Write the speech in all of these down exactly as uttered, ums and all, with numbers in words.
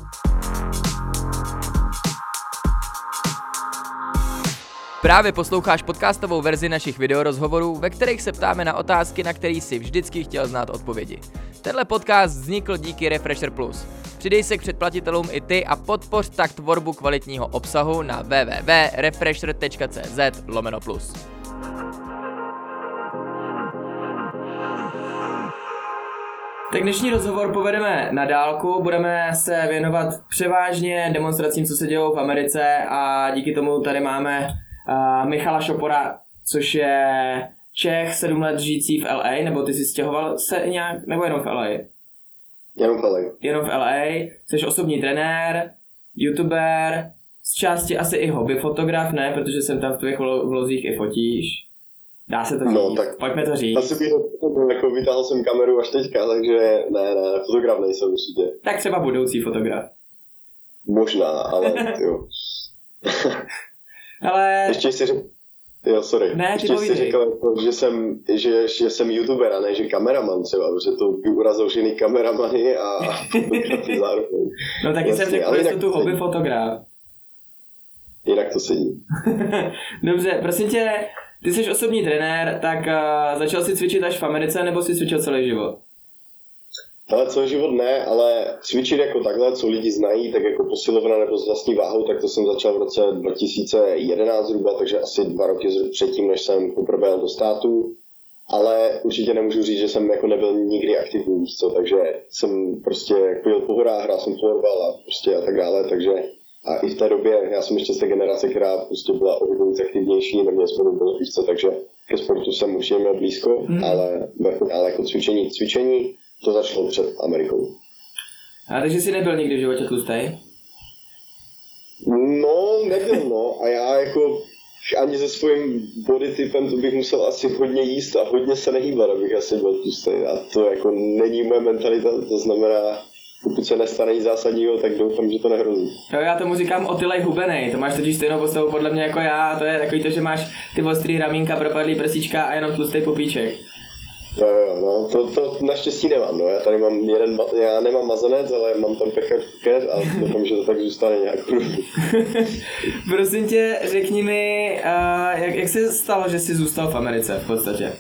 Právě posloucháš podcastovou verzi našich videorozhovorů, ve kterých se ptáme na otázky, na které si vždycky chtěl znát odpovědi. Tenhle podcast vznikl díky Refresher Plus. Přidej se k předplatitelům i ty a podpoř tak tvorbu kvalitního obsahu na w w w tečka refresher tečka c z lomeno plus. Tak dnešní rozhovor povedeme na dálku, budeme se věnovat převážně demonstracím, co se dějou v Americe, a díky tomu tady máme uh, Michala Šopora, což je Čech, sedm let žijící v L A, nebo ty jsi stěhoval se nějak, nebo jenom v L A? Jenom v L A. Jenom v L A, jsi osobní trenér, youtuber, z části asi i hobby fotograf, ne? Protože jsem tam v tvých vlozích i fotíš. Dá se to říct, no, tak pojďme to říct. Asi bych jako vytáhl jsem kameru až teďka, takže ne, ne, fotograf nejsem určitě. Tak třeba budoucí fotograf. Možná, ale jo. Ale... Ještě si řekl, jo, sorry. Ne, Ještě si řekl, že jsem, že, že jsem youtuber a ne, že kameraman třeba, protože to by urazil všechny kameramany a, a fotografy zároveň. No taky vlastně, jsem řekl, že jsem tu hobby fotograf. Jinak to sedí. Dobře, prosím tě, ty jsi osobní trenér, tak uh, začal jsi cvičit až v Americe, nebo jsi cvičil celý život? Ale celý život ne, ale cvičit jako takhle, co lidi znají, tak jako posilovna nebo s vlastní váhou, tak to jsem začal v roce dva tisíce jedenáct zhruba, takže asi dva roky předtím, než jsem poprvé jel do státu. Ale určitě nemůžu říct, že jsem jako nebyl nikdy aktivní, co, takže jsem prostě chodil po horách, hrál jsem florbal a prostě a tak dále, takže a i v té době, já jsem ještě z té generace, která prostě byla o hodně aktivnější, neměl spolu bylo více, takže ke sportu jsem určitě měl blízko, mm. ale, ale jako cvičení, cvičení, to začalo před Amerikou. A takže jsi nebyl nikdy v životě tlustej? No, nebyl, no. A já jako ani se svým bodytypem to bych musel asi hodně jíst a hodně se nehýbat, abych asi byl tlustej. A to jako není moje mentalita, to znamená, pokud se nestane nic zásadního, tak doufám, že to nehrozí. Jo, já tomu říkám otylej hubenej, to máš totiž stejnou postavu podle mě jako já, to je takový to, že máš ty ostrý ramínka, propadlý prsíčka a jenom tlustej popíček. Jo, jo, no, to, to naštěstí nemám, no, já tady mám jeden, já nemám mazanec, ale mám tam pekačket a doufám, že to tak zůstane nějak. Prosím tě, řekni mi, uh, jak, jak se stalo, že jsi zůstal v Americe v podstatě?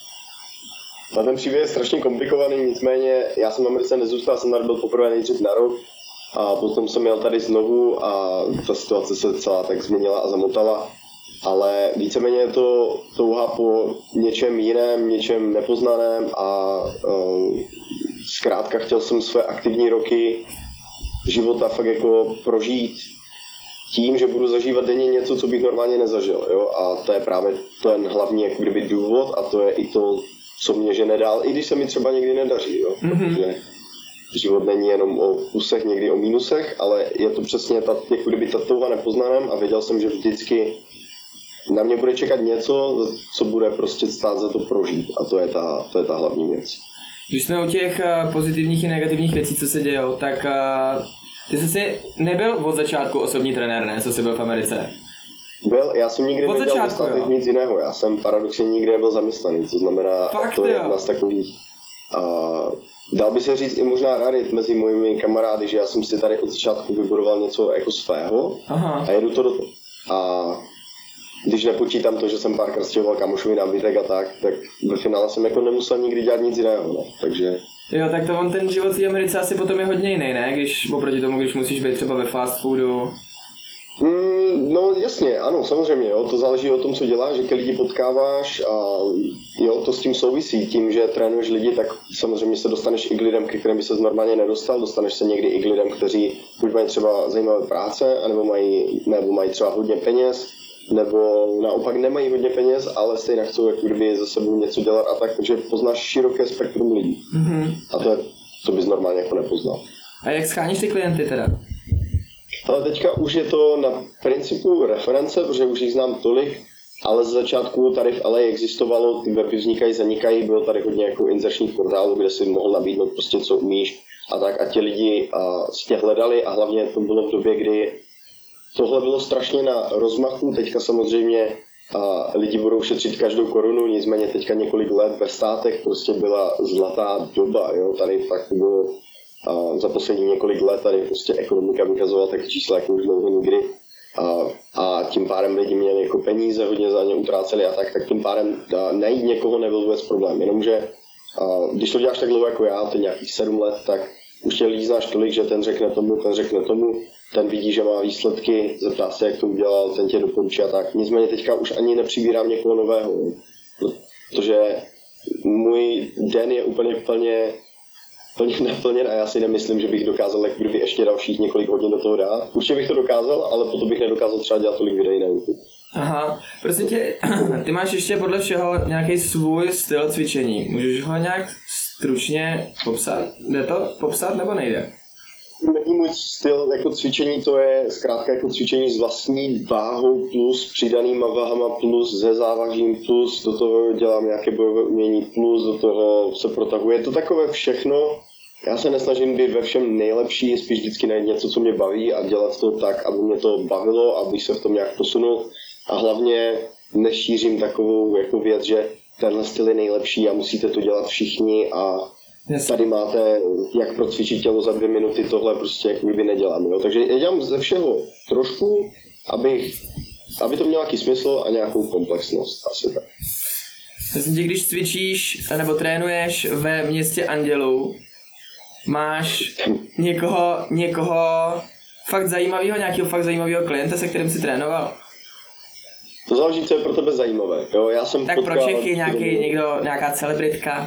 A ten příběh je strašně komplikovaný, nicméně já jsem v Americe nezůstal, jsem tady byl poprvé nejdřív na rok a potom jsem jel tady znovu a ta situace se celá tak změnila a zamotala. Ale víceméně je to touha po něčem jiném, něčem nepoznaném a uh, zkrátka chtěl jsem své aktivní roky života fakt jako prožít tím, že budu zažívat denně něco, co bych normálně nezažil. Jo? A to je právě ten hlavní jako kdyby důvod a to je i to, co mě žene dál, i když se mi třeba někdy nedaří. Jo? Mm-hmm. Protože život není jenom o plusech, někdy o mínusech, ale je to přesně ta, jako kdyby ta touha nepoznaném a věděl jsem, že vždycky na mě bude čekat něco, co bude prostě stát za to prožít a to je ta, to je ta hlavní věc. Když jsme u těch uh, pozitivních i negativních věcí, co se dějou, tak uh, ty jsi si nebyl od začátku osobní trenér, ne? Co jsi byl v Americe? Byl, já jsem nikdy od nedělal začátku, nic jiného, já jsem paradoxně nikdy nebyl zaměstnaný, co znamená, fakt, to je jo. jedna z takových, uh, dal by se říct i možná rarit mezi mojimi kamarády, že já jsem si tady od začátku vybudoval něco jako svého. Aha. A jedu to do toho. A když nepočítám to, že jsem párkrát stěhoval kamošovi nábytek a tak, tak ve finále jsem jako nemusel nikdy dělat nic jiného, no. Takže... Jo, tak to on ten život v Americe asi potom je hodně jiný, ne? Když oproti tomu, když musíš být třeba ve fast foodu. Mm, no jasně, ano, samozřejmě, jo, to záleží o tom, co děláš, že lidi potkáváš a jo, to s tím souvisí, tím, že trénuješ lidi, tak samozřejmě se dostaneš i k lidem, ke kterým by ses normálně nedostal, dostaneš se někdy i k lidem, kteří buď mají třeba zajímavé práce, nebo mají, nebo mají třeba hodně peněz, nebo naopak nemají hodně peněz, ale stejně chcou jako kdyby za sebou něco dělat a tak, takže poznáš široké spektrum lidí. Mm-hmm. A to je, co bys normálně jako nepoznal. A jak scháníš ty klienty teda? Ale teďka už je to na principu reference, protože už jich znám tolik, ale z začátku tady v L A existovalo, ty weby vznikají, zanikají, bylo tady hodně jako inzerčních portálů, kde si mohl nabídnout prostě co umíš a tak a ti lidi a, si tě hledali a hlavně to bylo v době, kdy tohle bylo strašně na rozmachu, teďka samozřejmě a lidi budou šetřit každou korunu, nicméně teďka několik let ve státech prostě byla zlatá doba, jo, tady fakt bylo A za poslední několik let tady prostě ekonomika vykazovala tak čísla jako už dlouho nikdy. A, a tím pádem lidi měli jako peníze, hodně za ně utráceli a tak, tak tím pádem a, najít někoho nebyl vůbec problém. Jenomže a, když to děláš tak dlouho jako já, to nějakých sedm let, tak už tě lidí znáš tolik, že ten řekne tomu, ten řekne tomu, ten vidí, že má výsledky, zeptá se, jak to udělal, ten tě doporučí a tak. Nicméně teďka už ani nepřibírám někoho nového, protože můj den je úplně plně, plně naplněn a já si nemyslím, že bych dokázal jak kdyby ještě dalších několik hodin do toho dát. Určitě bych to dokázal, ale potom bych nedokázal třeba dělat tolik videí na YouTube. Aha, prostě tě, ty máš ještě podle všeho nějaký svůj styl cvičení. Můžeš ho nějak stručně popsat? Jde to popsat nebo nejde? Není můj styl jako cvičení, to je zkrátka jako cvičení s vlastní váhou plus přidanýma váhama plus se závažím plus do toho dělám nějaké bojové umění plus do toho se protahuje. Je to takové všechno. Já se nesnažím být ve všem nejlepší, spíš vždycky najít něco, co mě baví a dělat to tak, aby mě to bavilo, abych se v tom nějak posunul. A hlavně nešířím takovou jako věc, že tenhle styl je nejlepší a musíte to dělat všichni a yes. Tady máte, jak procvičit tělo za dvě minuty, tohle prostě jako kdyby nedělám. Jo? Takže já dělám ze všeho trošku, abych, aby to mělo nějaký smysl a nějakou komplexnost. Asi tak. Myslím, že když cvičíš nebo trénuješ ve městě Andělů, máš někoho, někoho fakt zajímavého, nějakého fakt zajímavého klienta, se kterým jsi trénoval? To záleží, co je pro tebe zajímavé. Jo, já jsem tak potkal, pro Čechy nějaký, někdo, nějaká celebritka?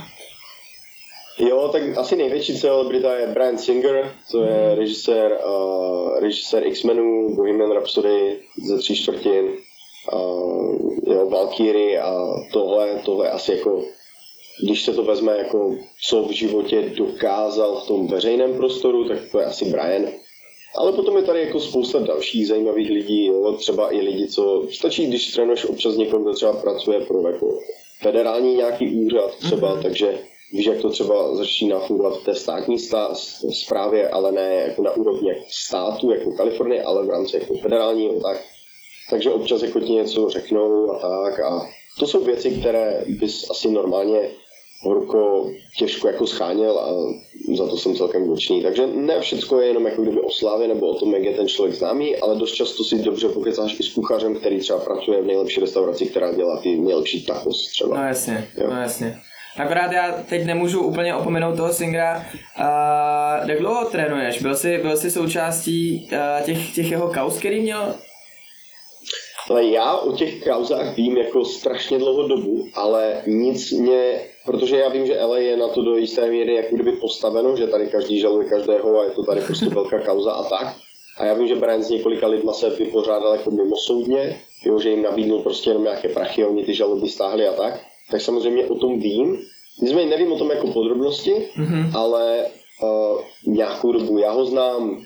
Jo, tak asi největší celebrita je Bryan Singer, to je režisér, uh, režisér X-menů, Bohemian Rhapsody ze tří čtvrtin, uh, jo, Valkyrie a tohle, tohle asi jako, když se to vezme jako co v životě dokázal v tom veřejném prostoru, tak to je asi Bryan. Ale potom je tady jako spousta dalších zajímavých lidí, jo, třeba i lidi, co stačí, když trénuješ občas někoho, kdo třeba pracuje pro jako federální nějaký úřad třeba, mm-hmm. takže víš, jak to třeba začíná fungovat v té státní stá- správě, ale ne jako na úrovni státu, jako Kalifornie, ale v rámci jako federálního, tak. Takže občas jako ti něco řeknou a tak a to jsou věci, které bys asi normálně horko těžko jako scháněl a za to jsem celkem vděčný. Takže ne všecko je jenom jako kdyby o slávě nebo o tom, jak je ten člověk známý, ale dost často si dobře pokecáš i s kuchařem, který třeba pracuje v nejlepší restauraci, která dělá ty nejlepší tacos třeba. No jasně, jo. no jasně. Akorát já teď nemůžu úplně opomenout toho Singera. Uh, jak dlouho trénuješ? Byl jsi, byl jsi součástí uh, těch, těch jeho kauz, který měl? Ale já o těch kauzách vím jako strašně dlouhou dobu, ale nic mě, protože já vím, že L A je na to do jisté míry jako kdyby postaveno, že tady každý žaluje každého a je to tady prostě velká kauza a tak. A já vím, že Bryan s několika lidma se vypořádal jako mimosoudně, jo, že jim nabídnul prostě jenom nějaké prachy a oni ty žaloby stáhli a tak. Tak samozřejmě o tom vím. Nicméně nevím o tom jako podrobnosti, mm-hmm. ale uh, nějakou dobu já ho znám.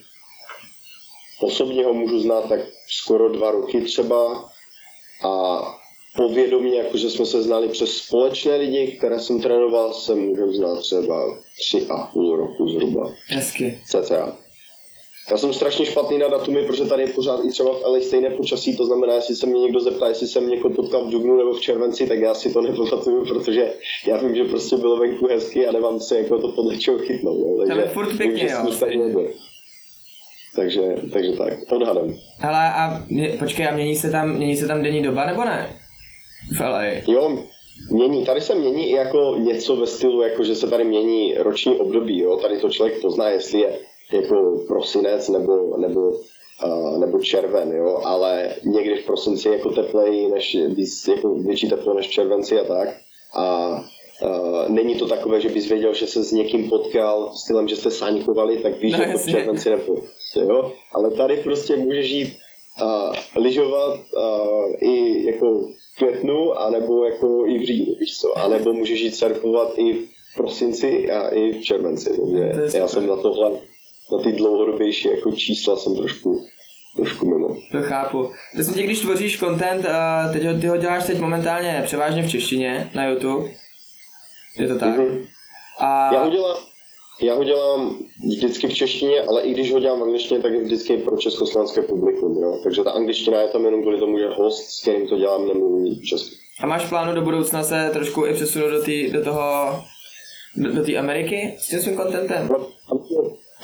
Osobně ho můžu znát tak skoro dva roky třeba a povědomě, jakože jsme se znali přes společné lidi, které jsem trénoval, se můžu znát třeba tři a půl roku zhruba. Hezky. cca. Já jsem strašně špatný na datumy, protože tady je pořád i třeba v L A stejné počasí, to znamená, jestli se mě někdo zeptá, jestli jsem někoho potkal v dubnu nebo v červenci, tak já si to nepamatuju, protože já vím, že prostě bylo venku hezky a nemám se jako to podle čeho chytnout. Jo. Takže furt pěkně, jo. Takže, takže tak, odhadem. Hele, a mě, počkej, a mění se tam, mění se tam denní doba, nebo ne? V L A. Jo, mění. Tady se mění i jako něco ve stylu, jako že se tady mění roční období, jo. Tady to člověk pozná, jestli je jako prosinec nebo, nebo, uh, nebo červen, jo. Ale někdy v prosinci je jako teplej, než, jako větší teplo než v červenci a tak. A Uh, není to takové, že bys věděl, že se s někým potkal stylem, že jste sáňkovali, tak víš, no, že to v červenci nebo, jo? Ale tady prostě můžeš jít uh, lyžovat uh, i jako v květnu, anebo jako i v říjnu, víš co? A nebo můžeš jít surfovat i v prosinci a i v červenci. Takže já jsem na tohle, na ty dlouhodobější jako čísla jsem trošku trošku mimo. To chápu. Myslím tě, když tvoříš content, uh, teď ho, ty ho děláš teď momentálně převážně v češtině na YouTube. Je to tak? Mm-hmm. A... Já ho dělám, já ho dělám vždycky v češtině, ale i když ho dělám v angličtině, tak je vždycky pro československé publikum. Jo? Takže ta angličtina je tam jenom kvůli tomu, že host, s kterým to dělám, nemluví česky. A máš plánu do budoucna se trošku i přesunout do, tý, do toho, do, do té Ameriky s tím svým contentem?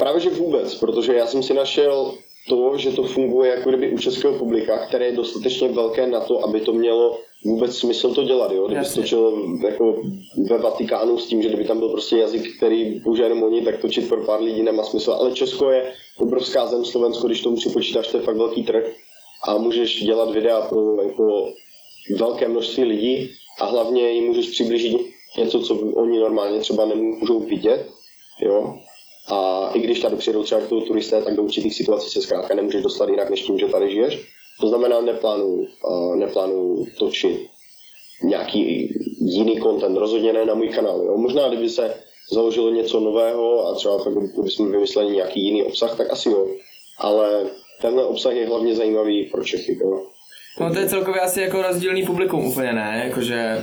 právě že vůbec, protože já jsem si našel to, že to funguje jako kdyby u českého publika, které je dostatečně velké na to, aby to mělo vůbec smysl to dělat, jo? Kdyby to točil jako ve Vatikánu s tím, že kdyby tam byl prostě jazyk, který použije jenom oni, tak točit pro pár lidí nemá smysl, ale Česko je obrovská zem, Slovensko, když tomu připočítáš, to je fakt velký trh a můžeš dělat videa pro jako velké množství lidí a hlavně jim můžeš přiblížit něco, co oni normálně třeba nemůžou vidět, jo? A i když tady přijedou třeba k toho turisté, tak do určitých situací se zkrátka nemůžeš dostat jinak, než tím, že tady žiješ. To znamená, neplánuju, uh, neplánuju točit nějaký jiný content, rozhodně ne na můj kanál. Jo? Možná, kdyby se založilo něco nového a třeba fakt, kdybychom vymysleli nějaký jiný obsah, tak asi jo. Ale tenhle obsah je hlavně zajímavý pro Čechy. Jo? No to je celkově asi jako rozdílný publikum úplně, ne? Jakože...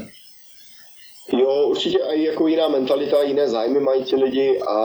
Jo, určitě i jako jiná mentalita, jiné zájmy mají ti lidi a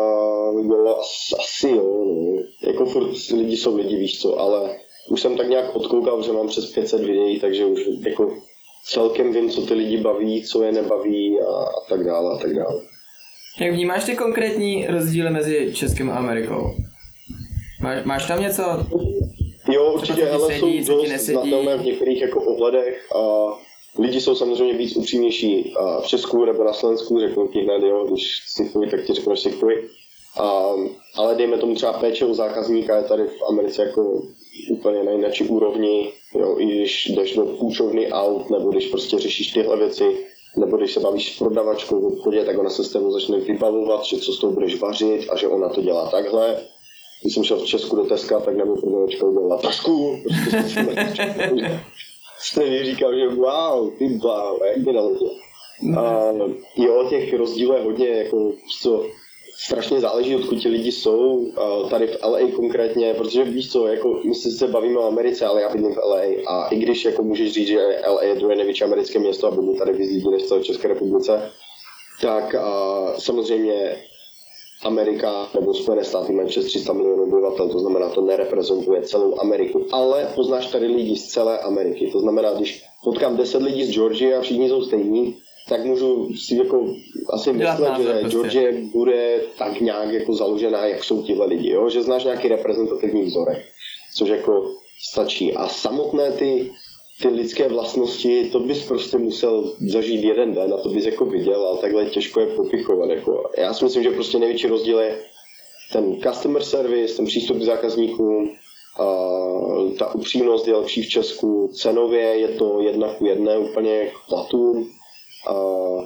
jo, asi jo, no. Jako furt lidi jsou lidi, víš co, ale už jsem tak nějak odkoukal, že mám přes pět set videí, takže už jako celkem vím, co ty lidi baví, co je nebaví a, a tak dále a tak dále. Jak vnímáš ty konkrétní rozdíly mezi Českem a Amerikou? Máš, máš tam něco? Jo, určitě, ale jsou dost znatelné v některých jako ohledech a lidi jsou samozřejmě víc upřímnější v Česku nebo na Slovensku, řeknu ti hned, jo, když si chvíli, tak ti řeknu, že si chvíli. Um, ale dejme tomu třeba péče u zákazníka je tady v Americe jako úplně na jináčí úrovni, jo, i když jdeš do půjčovny aut, nebo když prostě řešíš tyhle věci, nebo když se bavíš s prodavačkou v obchodě, tak ona se s tebou začne vybavovat, že co s tou budeš vařit a že ona to dělá takhle. Když jsem šel v Česku do Teska, tak nebo prodavačka udělala tašku, prostě jste mi říkal, že wow, ty bláho, jak mě naložil. A jo, těch rozdílů je hodně, jako co strašně záleží, odkud ti lidi jsou, tady v L A konkrétně, protože víš co, jako my se bavíme o Americe, ale já bydlím v L A a i když jako můžeš říct, že L A je druhé největší americké město a bydlí tady víc lidí než v celé České republice, tak a, samozřejmě Amerika nebo Spojené státy mají přes tři sta milionů obyvatel, to znamená, to nereprezentuje celou Ameriku, ale poznáš tady lidi z celé Ameriky, to znamená, když potkám deset lidí z Georgie a všichni jsou stejní, tak můžu si jako asi myslet, že prostě. Georgie bude tak nějak jako založená, jak jsou tihle lidi, jo? Že znáš nějaký reprezentativní vzorek, což jako stačí. A samotné ty, ty lidské vlastnosti, to bys prostě musel zažít jeden den a to bys jako viděl, ale takhle těžko je popichovat. Jako. Já si myslím, že prostě největší rozdíl je ten customer service, ten přístup k zákazníkům, Uh, ta upřímnost je lepší v Česku, cenově je to jedna ku jedné úplně k platům. Uh,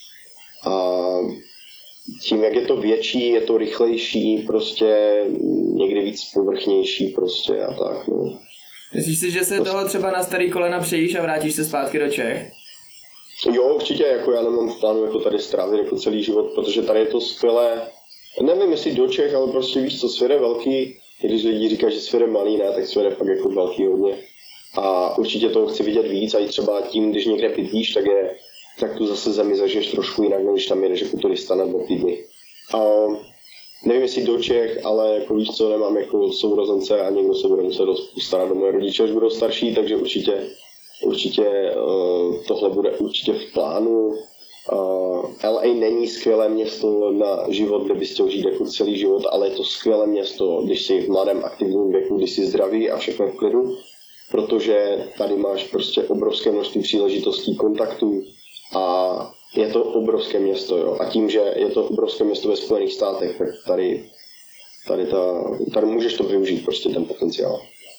a tím, jak je to větší, je to rychlejší, prostě někdy víc povrchnější prostě a tak, no. Myslíš si, že se toho třeba na starý kolena přejíš a vrátíš se zpátky do Čech? Jo, určitě, jako já nemám v plánu jako tady strávit jako celý život, protože tady je to skvělé, nevím jestli do Čech, ale prostě víš co, svět je velký, když lidi říkají, že svět je malý, ne, tak svět je fakt jako velký hodně. A určitě toho chci vidět víc a i třeba tím, když někde bydlíš, tak je tak tu zase zemi zažiješ trošku jinak, než tam jedeš jako turista nebo týdny. A nevím, jestli do Čech, ale jako víš co, nemám jako sourozence a někdo se bude muset postarat do moje rodiče, až budou starší, takže určitě, určitě uh, tohle bude určitě v plánu. Uh, L A není skvělé město na život, kde bys chtěl žít jako celý život, ale je to skvělé město, když jsi v mladém aktivním věku, když jsi zdravý a všechno v klidu, protože tady máš prostě obrovské množství příležitostí, kontaktů, a je to obrovské město, jo. A tím, že je to obrovské město ve Spojených státech, tak tady, tady, ta, tady můžeš to využít, prostě ten potenciál.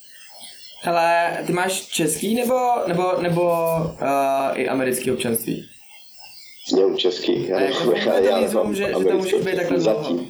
Hele, ty máš český nebo, nebo, nebo uh, i americký občanství? Jenom český. Já jak to funguje to vízum, že, že tam můžeš být takhle dlouho? Zatím.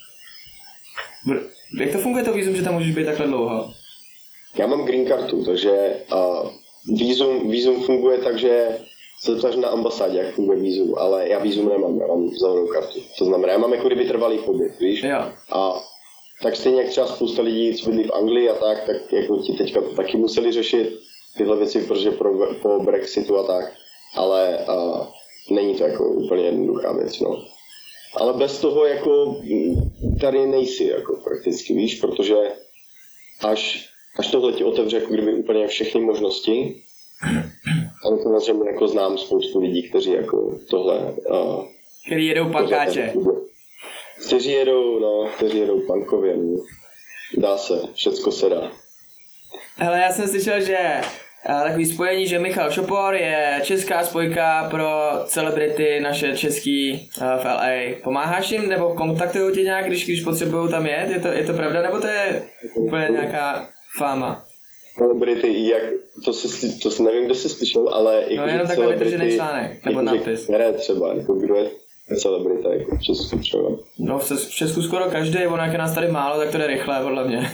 Jak to funguje to vízum, že tam můžeš být takhle dlouho? Já mám green kartu, takže uh, vízum, vízum funguje tak, že se ptáš na ambasádě, jak funguje vízum, ale já vízum nemám, já mám zelenou kartu. To znamená, já mám jako kdyby trvalý pobyt, víš? Jo. A tak stejně jak třeba spousta lidí, co bydlí v Anglii a tak, tak jako ti teďka to taky museli řešit tyhle věci, protože pro, po Brexitu a tak, ale uh, není to jako úplně jednoduchá věc, no. Ale bez toho jako tady nejsi jako prakticky, víš, protože až, až tohle ti otevře jako kdyby úplně všechny možnosti. Ale to samozřejmě jako znám spoustu lidí, kteří jako tohle... Uh, Který jedou pankáče. Kteří jedou, no, kteří jedou punkově, no. Dá se, všecko se dá. Hele, já jsem slyšel, že uh, takový spojení, že Michal Šopor je česká spojka pro celebrity naše český uh, v L A. Pomáháš jim nebo kontaktují tě nějak, když, když potřebují tam jet? Je to, je to pravda, nebo to je úplně nějaká fáma? Celebrity, jak, to, si, to si nevím, kdo jsi slyšel, ale... No jenom takový vytržený článek, nebo nápis. Ne, třeba, jako kdo je celebrita, jako v Česku třeba. No v Česku skoro každý, ono jak je nás tady málo, tak to jde rychle, podle mě.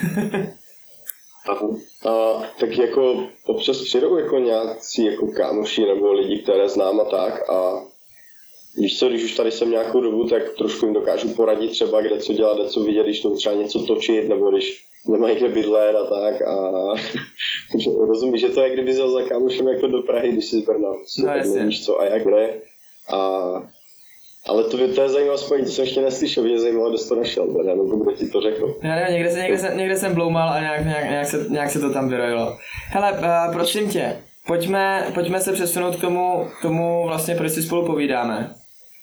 a, a tak jako občas přijdou jako nějací jako kámoši nebo lidi, které znám a tak a víš co, když už tady jsem nějakou dobu, tak trošku jim dokážu poradit třeba, kde co dělat, kde co vidět, když to třeba něco točit, nebo když nemají kde bydlet a tak a rozumíš, že to je, kdyby jel za kámošem jako do Prahy, když jsi z Brna, no, nevíš co a jak kde a ale to, to je zajímavé spojení, to jsem ještě neslyšel, mě zajímalo, kdo jsi to našel, nebo kdo ti to řekl. Já nevím, někde, se, někde, se, někde jsem bloumal a nějak, nějak, nějak, se, nějak se to tam vyrojilo. Hele, uh, prosím tě, pojďme, pojďme se přesunout k tomu, k tomu vlastně, proč si spolu povídáme.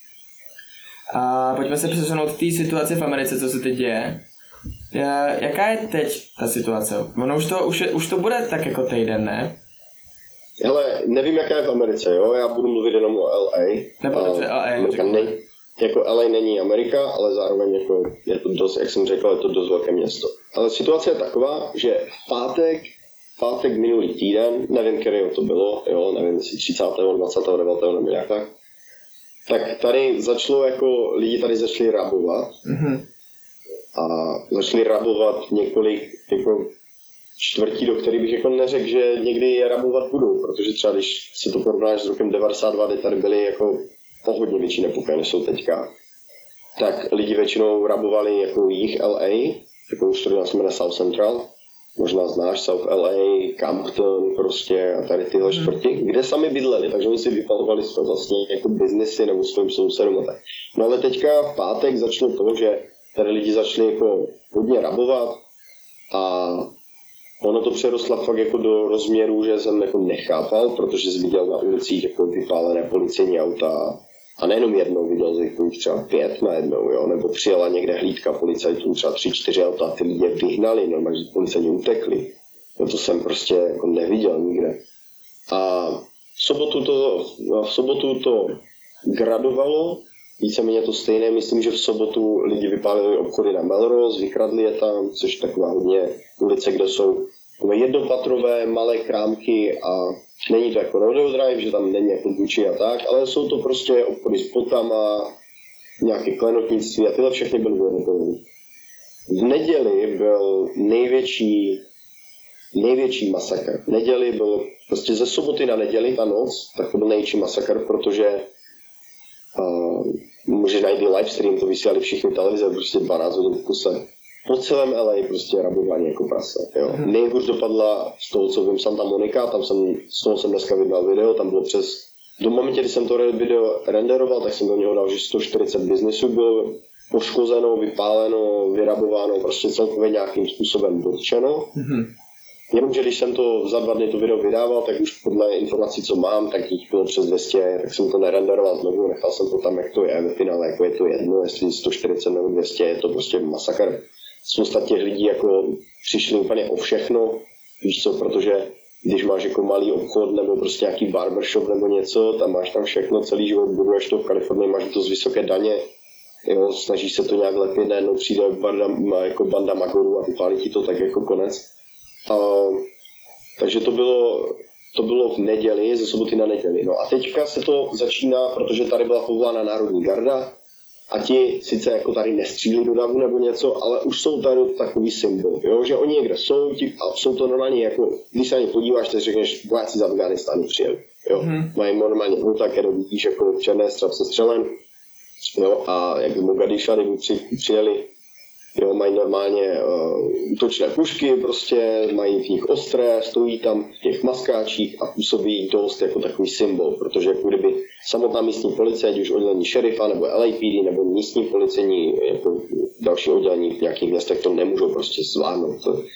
A pojďme se přesunout k té situaci v Americe, co se teď děje. Jaká je teď ta situace? Ono už to, už, je, už to bude tak jako týden, ne? Hele, nevím, jaká je v Americe, jo? Já budu mluvit jenom o L A. Nebo dobře, L A. Amerika ne, jako L A není Amerika, ale zároveň jako je to dost, jak jsem řekl, je to dost velké město. Ale situace je taková, že v pátek, pátek minulý týden, nevím, který to bylo, jo, nevím, jestli třicátého dvacátého devátého nebo nějak tak, tak tady začalo jako, lidi tady začali rabovat. Mm-hmm. A začali rabovat několik jako čtvrtí, do kterých bych jako neřekl, že někdy je rabovat budou, protože třeba když se to porovnáš s rokem devadesát dva, kdy tady byly jako pohodně větší nepokoje, než jsou teďka, tak lidi většinou rabovali jako jich L A, jako už to se jmenuje South Central, možná znáš South L A, Campton prostě a tady tyhle čtvrti, kde sami bydleli, takže oni si vypalovali své vlastně jako biznesy nebo svým sousedům a tak. No ale teďka v pátek začalo to, že tady lidi začali jako hodně rabovat a ono to přerostla fakt jako do rozměru, že jsem jako nechápal, protože jsem viděl na ulicích jako vypálené policejní auta a nejenom jednou, viděl jsem jich třeba pět najednou, jo, nebo přijela někde hlídka policajtů, třeba tři, čtyři auta a ty lidi vyhnali, normálně policajti utekli. No to jsem prostě jako neviděl nikde. A v sobotu to, v sobotu to gradovalo, víceméně to stejné, myslím, že v sobotu lidi vypálili obchody na Melrose, vykradli je tam, což je taková hodně ulice, kde jsou jednopatrové malé krámky a není to jako Rodeo Drive, že tam není jako Gucci a tak, ale jsou to prostě obchody s botama, nějaké klenotnictví a tyhle všechny byly jednotové. V neděli byl největší, největší masakr. V neděli byl prostě ze soboty na neděli, ta noc, tak to byl největší masakr, protože uh, můžeš najít livestream, to vysílali všichni televize, prostě dvanáct hodin v kuse. Po celém L A prostě rabování jako prase. Jo. Hmm. Nejhůř dopadla z toho, co vím, Santa Monica, tam jsem, z toho jsem dneska vydal video, tam bylo přes, do momentě, kdy jsem to video renderoval, tak jsem do něho dal, že sto čtyřicet biznisů bylo poškozeno, vypáleno, vyrabováno, prostě celkově nějakým způsobem dotčeno. Hmm. Jenomže když jsem to za dva dny to video vydával, tak už podle informací, co mám, tak jich bylo přes dvě stě, tak jsem to nerenderoval znovu, nechal jsem to tam, jak to je ve finále, jako je to jedno, jestli sto čtyřicet nebo dvě stě, je to prostě masakr. Spousta těch lidí jako přišli úplně o všechno, víš co, protože když máš jako malý obchod nebo prostě nějaký barbershop nebo něco, tam máš tam všechno, celý život buduješ to v Kalifornii, máš dost vysoké daně, jo, snažíš se to nějak lepit, najednou přijde banda, jako banda magorů a vypálí ti to tak jako konec. Uh, takže to bylo, to bylo v neděli, ze soboty na neděli. No a teďka se to začíná, protože tady byla povolána Národní garda a ti sice jako tady nestřílí do davu nebo něco, ale už jsou tady takový symbol, jo? Že oni někde jsou ti, a jsou to normálně jako, když se na ně podíváš, tak řekneš, vojáci z Afghánistánu přijeli. Jo? Mm-hmm. Mají normálně auta, které vidíš jako v černé střapce střelen, jo? A jak z Mogadiša při, přijeli, jo, mají normálně uh, útočné pušky, prostě mají v nich ostré, stojí tam v těch maskáčích a působí dost jako takový symbol, protože jako kdyby samotná místní policie, ať už oddělení šerifa nebo L A P D nebo místní policejní jako další oddělení v nějakých městech to nemůžou prostě zvládnout. To,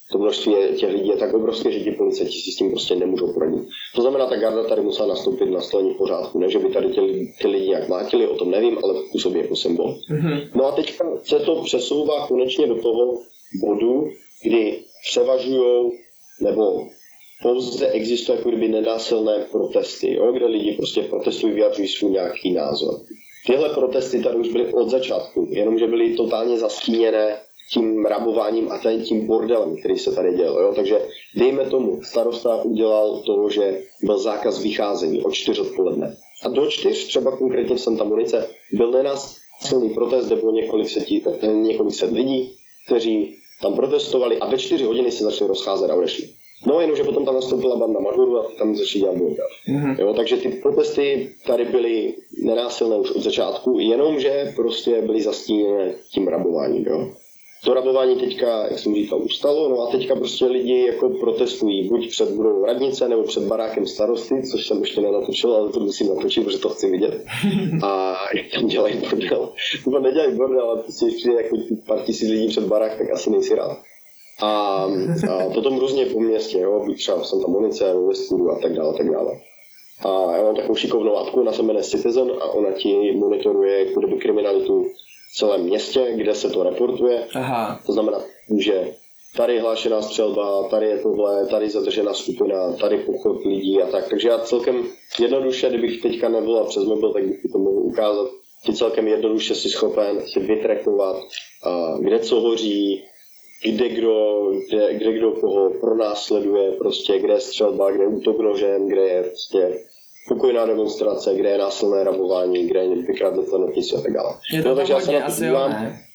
to množství těch lidí je tak obrovské, že ti policajti si s tím prostě nemůžou poradit. To znamená, ta garda tady musela nastoupit na stolení v pořádku, ne, že by tady ty, ty lidi nějak mlátili, o tom nevím, ale působí jako symbol. Mm-hmm. No a teďka se to přesouvá konečně do toho bodu, kdy převažujou, nebo pouze existují jako kdyby nenásilné protesty, jo, kde lidi prostě protestují, vyjadřují svůj nějaký názor. Tyhle protesty tady už byly od začátku, jenomže byly totálně zastíněné tím rabováním a tím bordelem, který se tady dělal. Jo? Takže dejme tomu, starosta udělal to, že byl zákaz vycházení od čtyř odpoledne. A do čtyř, třeba konkrétně v Santa Monice, byl nenásilný protest, kde bylo několik, setí, několik set lidí, kteří tam protestovali a ve čtyři hodiny se začali rozcházet a odešli. No jenomže potom tam nastoupila banda Mažurů a tam začali dělat bordel. Mm-hmm. Jo, takže ty protesty tady byly nenásilné už od začátku, jenomže prostě byly zastíněné tím rabováním. Jo. To rabování teďka, jak jsem říkal, ustalo, no a teďka prostě lidi jako protestují buď před budovou radnice nebo před barákem starosty, což jsem ještě nenatočil, ale to musím natočit, protože to chci vidět. A jak tam dělají bordel. Nebo nedělají bordel, ale prostě přijde jako pár tisíc lidí před barák, tak asi nejsi rád. A, a potom různě po městě, jo, buď třeba v Santa Monice, ve Westwoodu a tak dále, tak dále. A já mám takovou šikovnou appku, ona se jmenuje Citizen a ona ti monitoruje jako kdyby kriminalitu v celém městě, kde se to reportuje. Aha. To znamená, že tady je hlášená střelba, tady je tohle, tady zadržená skupina, tady pochod lidí a tak. Takže já celkem jednoduše, kdybych teďka nebyla přes mobil, tak bych to mohl ukázat. Ty celkem jednoduše si schopen si vytrackovat, kde co hoří, kde kdo, kde, kde kdo koho pronásleduje, prostě, kde je střelba, kde je útok nožem, kde je prostě pokojná demonstrace, kde je násilné rabování, kde je vykradli planetnici a tak dále. Je to no, takže já se na to dívám.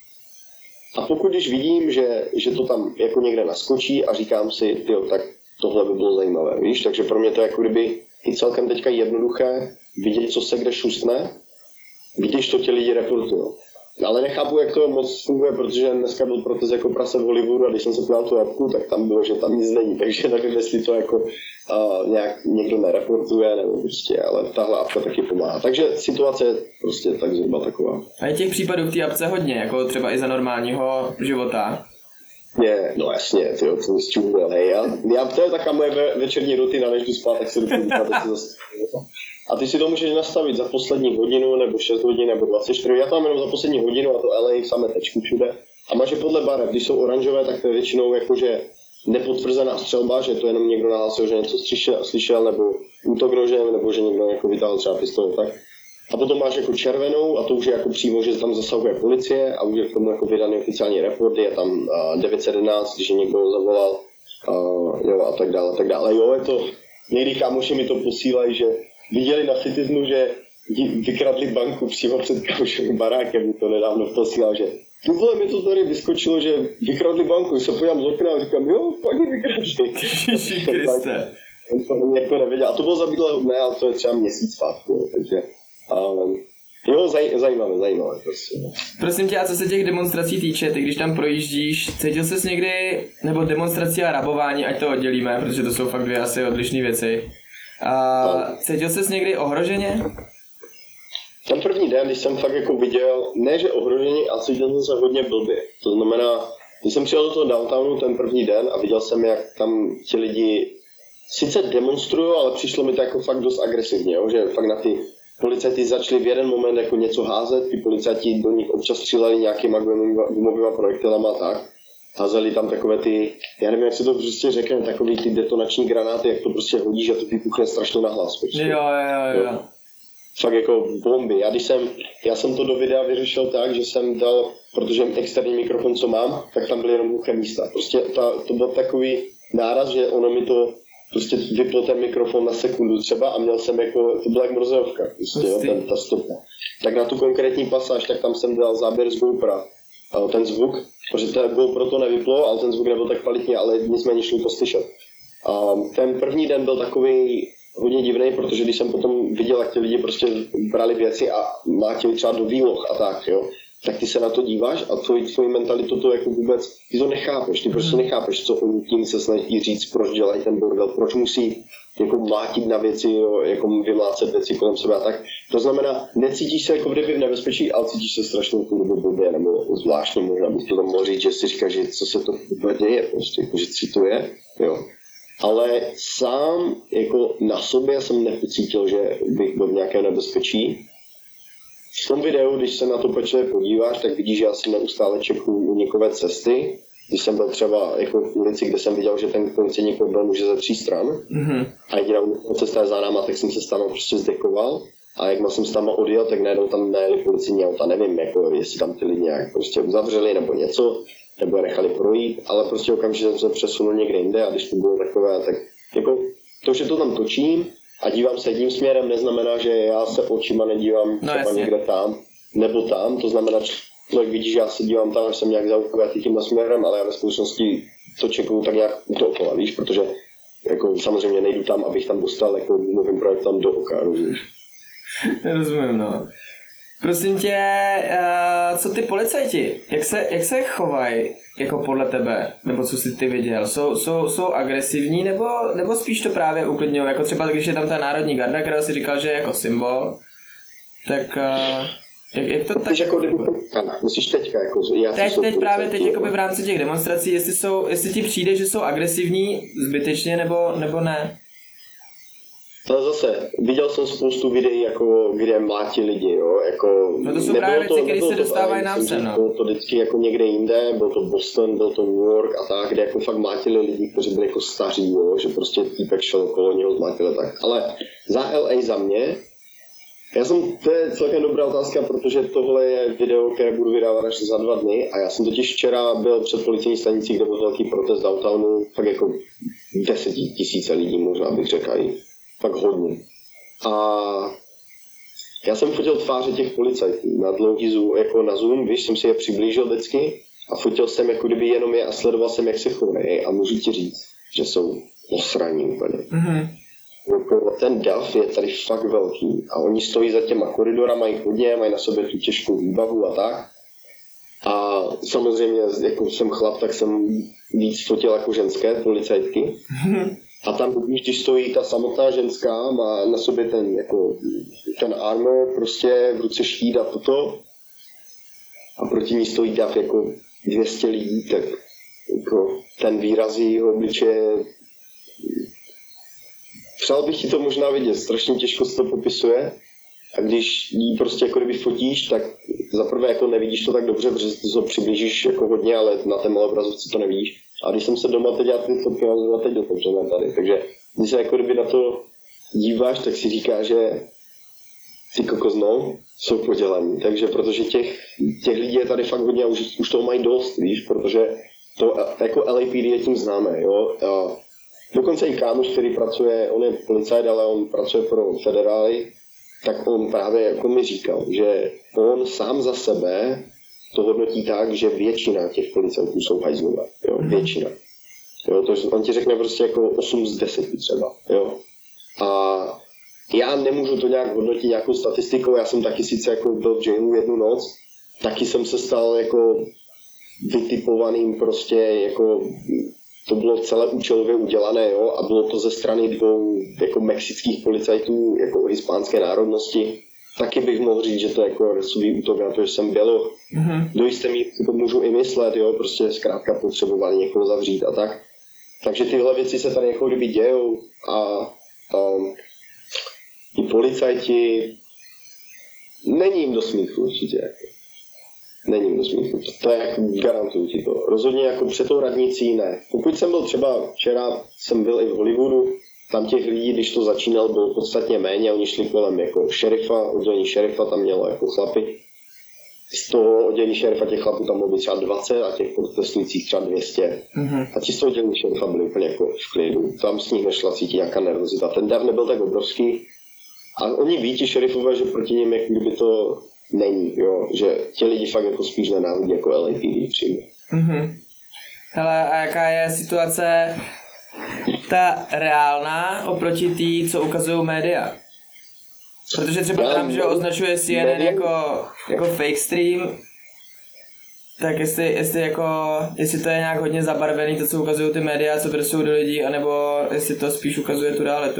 A pokud když vidím, že, že to tam jako někde naskočí a říkám si, tyjo, tak tohle by bylo zajímavé, víš? Takže pro mě to je jako kdyby i celkem teďka jednoduché vidět, co se kde šustne, když to ti lidi reportujou. Ale nechápu, jak to moc funguje, protože dneska byl protest jako prase v Hollywoodu a když jsem se podíval tu appku, tak tam bylo, že tam nic není, takže nevím, jestli to jako uh, nějak někdo nereportuje, nebo prostě, ale tahle appka taky pomáhá. Takže situace je prostě tak zhruba taková. A je těch případů v té appce hodně, jako třeba i za normálního života? Je, no jasně, ty jo, to zčubil, hej, já, já, to je taká moje ve, večerní rutina, než jdu spát, tak se jdu podívat, tak se zase. A ty si to můžeš nastavit za poslední hodinu, nebo šest hodin, nebo dvacet čtyři. Já tam jenom za poslední hodinu a to L A samé tečku všude. A máš je podle barev, když jsou oranžové, tak to je většinou jakože nepotvrzená střelba, že to jenom někdo nahlásil, že něco slyšel, slyšel nebo útok nožem, nebo že někdo jako vytáhl třeba pistoli, tak. A potom máš jako červenou a to už je jako přímo, že tam zasahuje policie a už je k tomu jako vydaný oficiální report, je tam uh, devět set jedenáct, když je někdo zavolal uh, jo, a tak dále, tak dále. Jo, je to, někdy kámoši mi to posílají, že viděli na Citizenu, že vykradli banku přímo před kámošovým barákem, mi to nedávno posílal, že tu vole, mi to tady vyskočilo, že vykradli banku, se podívám z okna a říkám, jo, pak ji vykradli. Ježíši Kriste. On to někdo nevěděl. A to bylo za bílého dne, ale to je třeba měsíc fakt, takže um, jo, zaj, zajímavé, zajímavé. Prostě. Prosím tě, a co se těch demonstrací týče, ty když tam projíždíš, cítil jsi někdy, nebo demonstrací a rabování, ať to oddělíme, protože to jsou fakt dvě asi odlišné věci. A no. Cítil jsi někdy ohroženě? Ten první den, když jsem fakt jako viděl, ne že ohroženě, ale cítil jsem se hodně blbě. To znamená, když jsem přijel do toho downtownu ten první den a viděl jsem, jak tam ti lidi sice demonstrují, ale přišlo mi to jako fakt dost agresivně, jo? Že fakt na ty policajti začali v jeden moment jako něco házet, ty policajti do nich občas stříleli nějakýma gumovýma projektilama a tak. Házeli tam takové ty, já nevím, jak se to prostě řekne, takový ty detonační granáty, jak to prostě hodíš a to vypuchne strašně nahlas. Prostě. Jo, jo, jo, jo. Fakt jako bomby. Já, když jsem, já jsem to do videa vyřešil tak, že jsem dal, protože externí mikrofon, co mám, tak tam byly jenom hluché místa. Prostě ta, to byl takový náraz, že ono mi to prostě vyplo ten mikrofon na sekundu třeba a měl jsem jako, to byla jak mrozovka, prostě, jo, ten, ta stopka. Tak na tu konkrétní pasáž, tak tam jsem dal záběr z GoPra, ten zvuk, protože to GoPro to nevyplo, ale ten zvuk nebyl tak kvalitní, ale nicméně šlo to slyšet. A ten první den byl takový hodně divný, protože když jsem potom viděl, jak ty lidi prostě brali věci a mlátili třeba do výloh a tak, jo, tak ty se na to díváš a tvoji, tvoji mentalitu to jako vůbec, ty to nechápeš, ty prostě nechápeš, co oni tím se snaží říct, proč dělají ten bordel, proč musí jako mlátit na věci, jo, jako vymlácet věci kolem sebe a tak. To znamená, necítíš se jako kdyby v nebezpečí, ale cítíš se strašně jako blbě, nebo zvláštně možná bych to tam mohl říct, že si říkáš, že co se to vůbec děje, prostě, jako, že cituje, jo. Ale sám jako na sobě jsem nepocítil, že bych byl v nějakém nebezpečí. V tom videu, když se na to pečlivě podíváš, tak vidíš, že já si neustále čekuju unikové cesty. Když jsem byl třeba jako v ulici, kde jsem viděl, že ten policejní kordon může ze tří stran mm-hmm. a jediná cesta je za náma, tak jsem se s tam prostě zdekoval. A jak jsem s tam odjel, tak najednou tam najeli policijní auta, nevím, jako, jestli tam ty lidi nějak prostě uzavřeli nebo něco, nebo je nechali projít, ale prostě okamžitě jsem se přesunul někde jinde a když to bylo takové, tak jako to, že to tam točím a dívám se jedním směrem, neznamená, že já se očima nedívám třeba no, někde tam nebo tam, to znamená, že člověk vidí, že já se dívám tam, že jsem nějak zaukvětý tímhle směrem, ale já ve skutečnosti to čekuju tak nějak dookola, víš, protože jako samozřejmě nejdu tam, abych tam dostal jako novým projektem do oka, rozumíš? Rozumím, no. Prosím tě, uh, co ty policajti, jak se, jak se chovají jako podle tebe, nebo co jsi ty viděl? Jsou, jsou, jsou agresivní, nebo, nebo spíš to právě uklidňují? Jako třeba když je tam ta národní garda, která si říkal, že je jako symbol, tak uh, jak, jak to tak... Jako, musíš teďka, jako... Já teď, teď právě teď jakoby v rámci těch demonstrací, jestli, jsou, jestli ti přijde, že jsou agresivní zbytečně, nebo, nebo ne? Ale zase, viděl jsem spoustu videí, jako, kde mlátí lidi, jo, jako... No to jsou právě věci, které se dostávají nám sem, no. Bylo to vždycky jako někde jinde, byl to Boston, byl to New York a tak, kde jako fakt mlátili lidi, kteří byli jako staří, jo, že prostě týpek šel okolo něho, zmlátili tak. Ale za L A za mě, já jsem, to je celkem dobrá otázka, protože tohle je video, které budu vydávat až za dva dny a já jsem totiž včera byl před policejní stanicí, kde byl velký protest downtownu, fakt jako desetitisíce lidí možná bych řekl, fakt hodně. A já jsem fotil tváře těch policajtů na dlouhý zoom, jako na zoom, víš, jsem si je přiblížil vždycky a fotil jsem jako kdyby jenom je a sledoval jsem, jak se chovají a můžu ti říct, že jsou osraní úplně. Mm-hmm. Ten dav je tady fakt velký a oni stojí za těma koridorama, mají hodně, mají na sobě tu těžkou výbavu a tak. A samozřejmě, jako jsem chlap, tak jsem víc fotil jako ženské policajtky. Mm-hmm. A tam, když stojí ta samotná ženská, má na sobě ten, jako, ten armor, prostě v ruce štít a toto. A proti ní stojí dav jako dvě stě lidí, tak jako, ten výraz jejího obličeje. Přál bych ti to možná vidět, strašně těžko se to popisuje. A když ji prostě jako kdyby fotíš, tak zaprvé jako nevidíš to tak dobře, protože ty to přiblížíš jako hodně, ale na té malé obrazovce to nevidíš. A když jsem se doma teď dělat ty fotky, mám teď otevřené tady. Takže když se jako kdyby na to díváš, tak si říká, že ty kokos no, jsou podělaní. Takže protože těch, těch lidí je tady fakt hodně a už, už toho mají dost, víš, protože to jako L A P D je tím známé, jo. A dokonce i kámoš, který pracuje, on je policajt, ale on pracuje pro federály, tak on právě jako mi říkal, že on sám za sebe to hodnotí tak, že většina těch policajtů jsou hajzlové, jo, většina. Jo, to, on ti řekne prostě jako osm z deseti třeba, jo. A já nemůžu to nějak hodnotit nějakou statistikou, já jsem taky sice jako byl v jailu jednu noc, taky jsem se stal jako vytipovaným prostě jako, to bylo celé účelově udělané, jo, a bylo to ze strany dvou jako mexických policajtů, jako hispánské národnosti. Taky bych mohl říct, že to je jako rasový útok na to, že jsem běloch. Mm-hmm. Do jisté míry to můžu i myslet, jo, prostě zkrátka potřebovali někoho zavřít a tak. Takže tyhle věci se tady jako kdyby dějou a um, i policajti, není jim do smíchu určitě. Jako. Není jim do smíchu, to je jako, garantuju ti to. Rozhodně jako před tou radnicí ne. Pokud jsem byl třeba, včera jsem byl i v Hollywoodu, tam těch lidí, když to začínal, bylo podstatně méně, oni šli kolem jako šerifa, oddělení šerifa tam mělo jako chlapy. Z toho oddělení šerifa těch chlapů tam bylo být třeba dvacet a těch protestujících třeba dvě stě. Mm-hmm. A ti z toho oddělení šerifa byli úplně jako v klidu. Tam s nich nešla cítit nějaká nervozita. Ten dav nebyl tak obrovský. A oni ví, ti šerifové, že proti nim jak kdyby to není, jo, že ti lidi fakt jako spíš nenávidí jako L A P D přímě. Mhm. Hele, a jaká je situace ta reálná oproti tý, co ukazují média? Protože třeba tam, že označuje C N N jako, jako fake stream, Tak jestli, jestli, jako, jestli to je nějak hodně zabarvený, to, co ukazují ty média, co prsují do lidí, anebo jestli to spíš ukazuje tu realitu.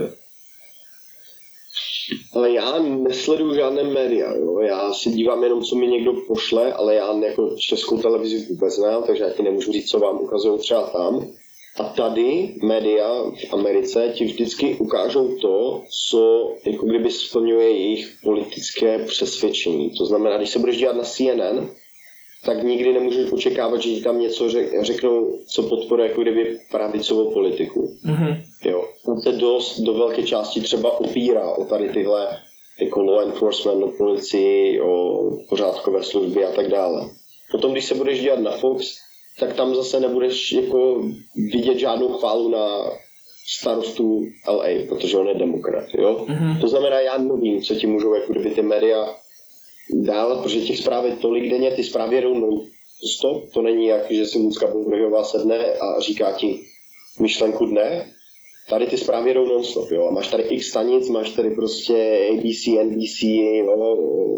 Ale já nesleduju žádné média, jo. Já si dívám jenom, co mi někdo pošle, ale já jako českou televizi vůbec znám, takže já ti nemůžu říct, co vám ukazují třeba tam. A tady média v Americe ti vždycky ukážou to, co jako kdyby splňuje jejich politické přesvědčení. To znamená, když se budeš dívat na C N N, tak nikdy nemůžeš očekávat, že ti tam něco řeknou, co podporuje jako kdyby pravicovou politiku. Mm-hmm. Jo. On se dost do velké části třeba opírá o tady tyhle jako law enforcement, o policii, o pořádkové služby a tak dále. Potom, když se budeš dívat na Fox, tak tam zase nebudeš jako vidět žádnou chválu na starostu L A, protože on je demokrat. Jo? Mm-hmm. To znamená, já nevím, co ti můžou jako kdyby ty média dávat, protože těch zpráv je tolik denně, ty zprávy jedou non-stop, to není jak, že si Lucka Boubrejová sedne a říká ti myšlenku dne, tady ty zprávy jedou non-stop, jo, a máš tady x stanic, máš tady prostě A B C, N B C, jo,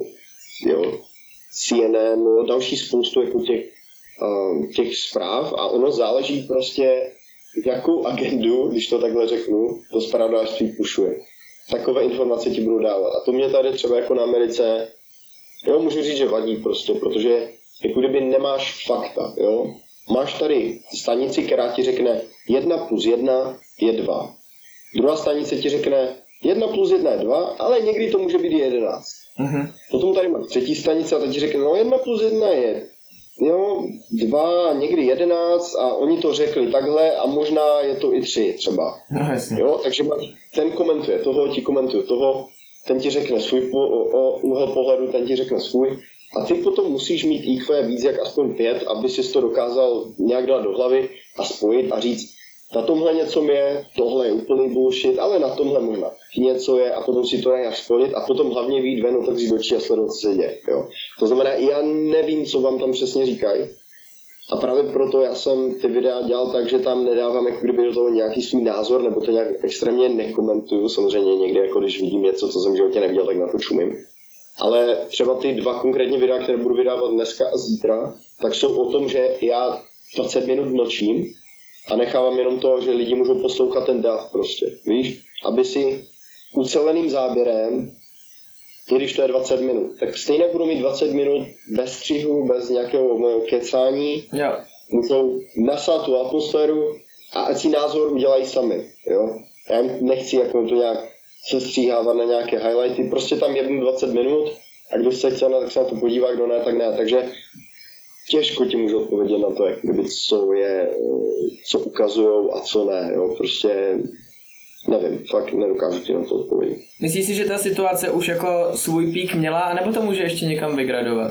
jo C N N, jo, další spoustu jako těch, uh, těch zpráv a ono záleží prostě, jakou agendu, když to takhle řeknu, to zpravodajství pušuje. Takové informace ti budou dávat. A to mě tady třeba jako na Americe, jo, můžu říct, že vadí prostě, protože jako kdyby nemáš fakta, jo. Máš tady stanici, která ti řekne jedna plus jedna je dva. Druhá stanice ti řekne jedna plus jedna je dva, ale někdy to může být jedenáct. Mm-hmm. Potom tady máš třetí stanice a ta ti řekne, no jedna plus jedna je jo, dva, někdy jedenáct a oni to řekli takhle a možná je to i tři třeba. No, jo, takže ten komentuje, toho ti komentuje, toho, ten ti řekne svůj úhel pohledu, ten ti řekne svůj. A ty potom musíš mít í kvé víc jak aspoň pět, aby si to dokázal nějak dát do hlavy a spojit a říct, na tomhle něco je, tohle je úplný bullshit, ale na tomhle možná něco je a potom si to nějak spojit a potom hlavně vyjít ven, otevřít oči a sledovat, co se děje. Jo. To znamená, já nevím, co vám tam přesně říkají. A právě proto já jsem ty videa dělal tak, že tam nedávám jako kdyby do toho nějaký svůj názor, nebo to nějak extrémně nekomentuju. Samozřejmě někdy, jako když vidím něco, co jsem v životě neviděl, tak na to čumím. Ale třeba ty dva konkrétní videa, které budu vydávat dneska a zítra, tak jsou o tom, že já dvacet minut mlčím a nechávám jenom to, že lidi můžou poslouchat ten dáv prostě, víš? Aby si uceleným záběrem, i když to je dvacet minut, tak stejně budu mít dvacet minut bez střihu, bez nějakého kecání, yeah. Můžou nasát tu atmosféru a ať si názor udělají sami, jo? Já nechci jako to nějak se stříhávat na nějaké highlighty, prostě tam jednu dvacet minut a kdo se chce, tak se na to podívá, kdo ne, tak ne, takže těžko ti můžu odpovědět na to, jak kdyby, co je, co ukazujou a co ne, jo, prostě nevím, fakt nedokážu ti na to odpovědět. Myslíš si, že ta situace už jako svůj pík měla, anebo to může ještě někam vygradovat?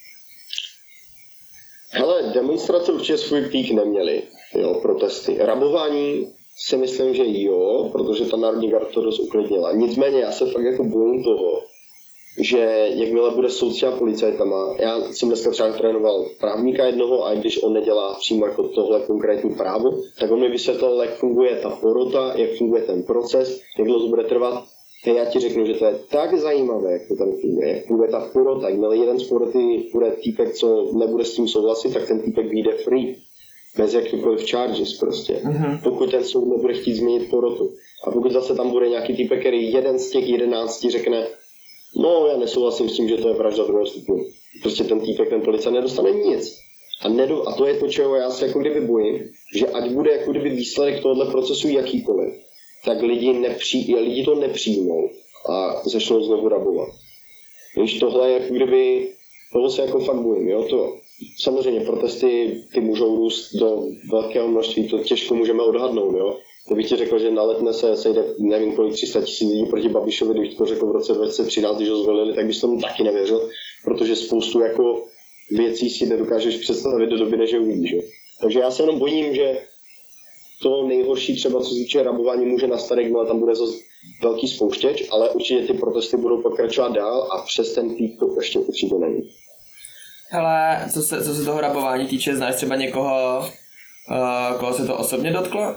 Hele, demonstrace určitě svůj pík neměly, jo, protesty. Rabování si myslím, že jo, protože ta Národní garda to dost uklidnila. Nicméně já se fakt jako bojím toho, že jakmile bude soudci a policajtama, já jsem dneska třeba trénoval právníka jednoho a i když on nedělá přímo jako tohle konkrétní právo, tak on mi vysvětlil, jak funguje ta porota, jak funguje ten proces, jak dlouho to bude trvat. A já ti řeknu, že to je tak zajímavé, jak to tam funguje, jak funguje ta porota. Jakmile jeden z poroty bude týpek, co nebude s tím souhlasit, tak ten týpek vyjde free. Bez jakýkoliv charges prostě. Mm-hmm. Pokud ten soud nebude chtít změnit porotu. A pokud zase tam bude nějaký týpek, který jeden z těch jedenácti řekne, no já nesouhlasím s tím, že to je vražda druhého stupně. Prostě ten týpek, ten policajt nedostane nic. A, nedo, a to je to, čeho já se jako kdyby bojím, že ať bude jako kdyby výsledek tohoto procesu jakýkoliv, tak lidi, nepří, lidi to nepřijmou a začnou znovu rabovat. Když tohle je jako kdyby, toho se jako fakt bojím, jo, to samozřejmě protesty, ty můžou růst do velkého množství, to těžko můžeme odhadnout, jo. To bych ti řekl, že na Letné se sejde, nevím kolik, tři sta tisíc lidí proti Babišovi, když to řekl v roce dva tisíce třináct, když ho zvolili, tak bys tomu taky nevěřil, protože spoustu jako věcí si nedokážeš představit do doby, než je uvidíš, jo. Takže já se jenom bojím, že to nejhorší třeba, co se týče rabování, může nastat, jakmile tam bude zase velký spouštěč, ale určitě ty protesty budou pokračovat dál a přes ten pík to ještě určitě není. Hele, co se, co se toho rabování týče, znáš třeba někoho, uh, koho se to osobně dotklo?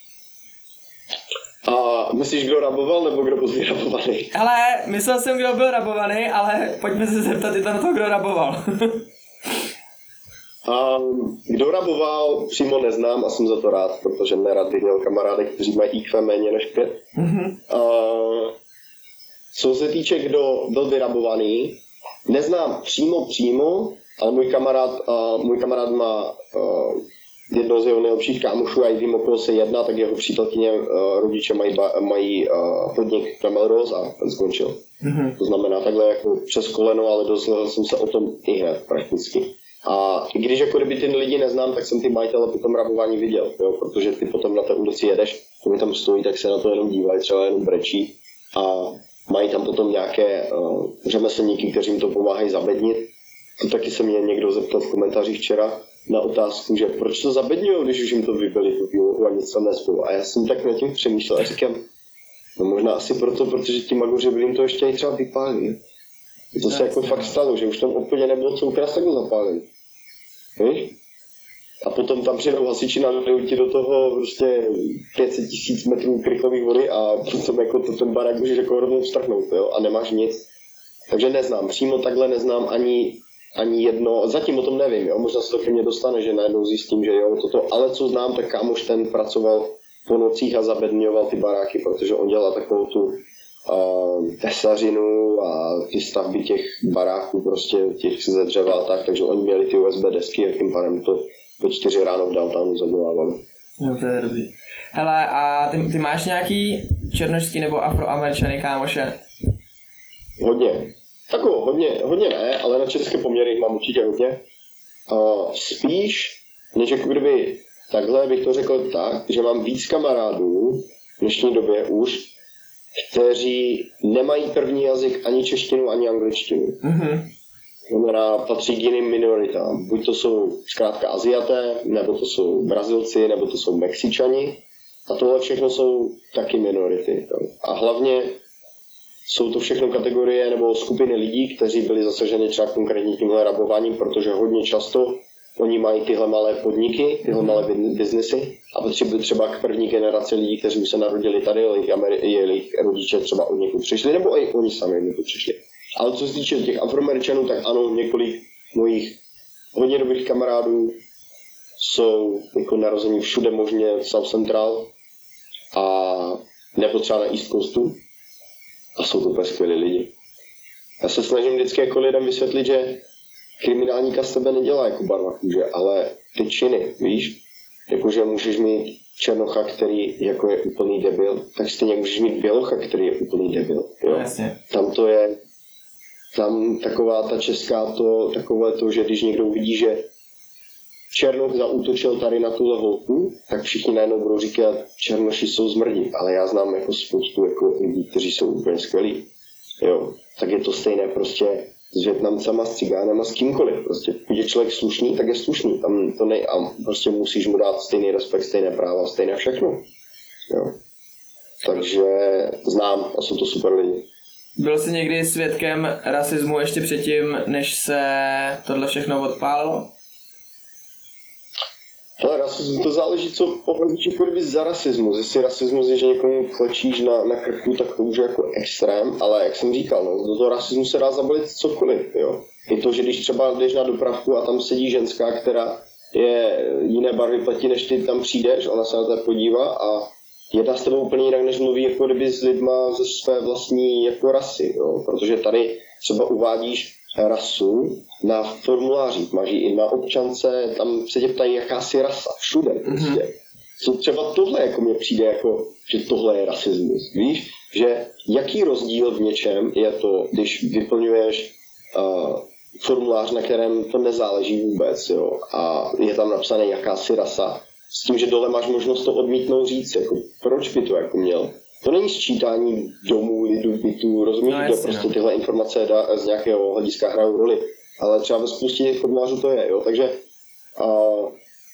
A myslíš, kdo raboval, nebo kdo byl rabovaný? Hele, myslel jsem, kdo byl rabovaný, ale pojďme se zeptat i na to, kdo raboval. A kdo raboval, přímo neznám a jsem za to rád, protože nerad bych měl kamarády, kteří mají í kvé méně než pět. Mm-hmm. A co se týče, kdo byl vyrabovaný, neznám přímo přímo, ale můj kamarád, uh, můj kamarád má uh, jedno z jeho nejlepších kámošů a i vím, o koho se jedná, tak jeho přítelkyně uh, rodiče mají, ba, mají uh, podnik na Melrose a ten skončil. Mm-hmm. To znamená takhle jako přes koleno, ale dozvěděl jsem se o tom i hned prakticky. A i když jako kdyby ty lidi neznám, tak jsem ty majitele po tom rabování viděl, jo? Protože ty potom na té ulici jedeš, oni tam stojí, tak se na to jenom dívají, třeba jenom brečí a mají tam potom nějaké uh, řemeslníky, kteří jim to pomáhají zabednit. A taky se mě někdo zeptal v komentářích včera na otázku, že proč to zabedňují, když už jim to vybili tu výlohu a nic tam nezbylo. A já jsem tak nad tím přemýšlel a říkám, no možná asi proto, protože ti magoři by jim to ještě i třeba vypálili. To se jako fakt stalo, že už tam úplně nebylo co ukrást, tak ho zapálili. Víš? A potom tam přijedou hasiči, nalijou ti do toho prostě pět set tisíc metrů krychlových vody a potom jako to, ten barák můžeš jako rovnou vstrhnout, jo? A nemáš nic. Takže neznám, přímo takhle neznám ani, ani jedno, zatím o tom nevím, jo? Možná se to ke mně dostane, že najednou zjistím, že jo, toto, ale co znám, tak kámoš ten pracoval po nocích a zabedňoval ty baráky, protože on dělal takovou tu uh, tesařinu a ty stavby těch baráků, prostě těch ze dřeva a tak, takže oni měli ty U S B desky a tím pádem to po čtyři ráno v downtownu zadělávali. No to je dobrý. Hele, a ty, ty máš nějaký černošský nebo afroameričany kámoše? Hodně. Takovou, hodně, hodně ne, ale na české poměry mám určitě hodně. Uh, spíš, než jako kdyby takhle bych to řekl tak, že mám víc kamarádů v dnešní době už, kteří nemají první jazyk ani češtinu, ani angličtinu. Mm-hmm. Znamená, patří k jiným minoritám. Buď to jsou zkrátka Aziaté, nebo to jsou Brazilci, nebo to jsou Mexičani. A tohle všechno jsou taky minority. A hlavně jsou to všechno kategorie nebo skupiny lidí, kteří byli zasaženi třeba konkrétně tímhle rabováním, protože hodně často oni mají tyhle malé podniky, tyhle malé biznesy a potřebují třeba k první generaci lidí, kteří už se narodili tady, jejich rodiče třeba od někud přišli, nebo i oni sami od někud přišli. Ale co se týče těch Afroameričanů, tak ano, několik mojich hodně dobrých kamarádů jsou jako narození všude možně v South Central a nebo třeba na East Coastu a jsou to úplně skvělí lidi. Já se snažím vždycky jako lidem vysvětlit, že kriminálníka z tebe nedělá jako barva kůže, ale ty činy, víš? Jakože můžeš mít černocha, který jako je úplný debil, tak stejně můžeš mít bělocha, který je úplný debil. Jo? Jasně. Tam to je tam taková ta česká to, takové to, že když někdo vidí, že Černoch zaútočil tady na tuhle holku, tak všichni najednou budou říkat, Černoši jsou zmrdi, ale já znám jako spoustu jako lidí, kteří jsou úplně skvělí. Jo, tak je to stejné prostě s Vietnamcama, s Cigánama, s kýmkoliv. Prostě když je člověk slušný, tak je slušný. Tam to nej, a prostě musíš mu dát stejný respekt, stejné práva, stejné všechno. Jo. Takže znám a jsou to super lidi. Byl jsi někdy svědkem rasismu ještě předtím, než se tohle všechno odpálilo? Ale rasismus, to záleží, co považuješ jako kdyby za rasismus. Jestli rasismus je, že někomu klečíš na, na krku, tak to už je jako extrém, ale jak jsem říkal, no, do toho rasismu se dá zabalit cokoliv, jo. Je to, že když třeba jdeš na dopravku a tam sedí ženská, která je jiné barvy platí, než ty tam přijdeš, ona se na to podívá a jedná s tebou úplně jinak, než mluví jako kdyby s lidma ze své vlastní jako rasy, jo. Protože tady třeba uvádíš rasu na formulářích, máš ji i na občance, tam se tě ptají, jaká si rasa, všude prostě. Mm-hmm. Co třeba tohle jako mně přijde, jako, že tohle je rasismus, víš? Že jaký rozdíl v něčem je to, když vyplňuješ uh, formulář, na kterém to nezáleží vůbec, jo? A je tam napsané, jaká si rasa, s tím, že dole máš možnost to odmítnout říct, jako, proč by to jako měl? To není sčítání domů, lidů, bytů, rozumíš, no, kde prostě tyhle informace dá, z nějakého hlediska hrajou roli, ale třeba ve spoustě formulářů to je, jo, takže uh,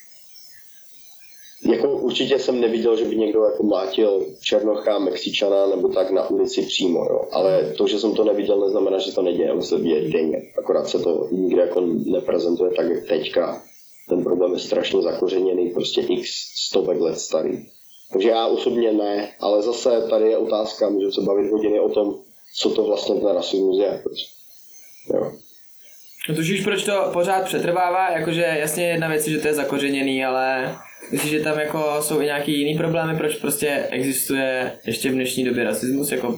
jako určitě jsem neviděl, že by někdo jako mlátil Černocha, Mexičana nebo tak na ulici přímo, jo, ale to, že jsem to neviděl, neznamená, že to neděje, on se děje denně, akorát se to nikde jako neprezentuje tak, jak teďka, ten problém je strašně zakořeněný, prostě x stovek let starý. Takže já osobně ne, ale zase tady je otázka, můžeme se bavit hodiny o tom, co to vlastně ten rasismus je. Jo. No tušíš, proč to pořád přetrvává? Jakože jasně jedna věc, že to je zakořeněný, ale myslíš, že tam jako jsou i nějaký jiný problémy, proč prostě existuje ještě v dnešní době rasismus, jako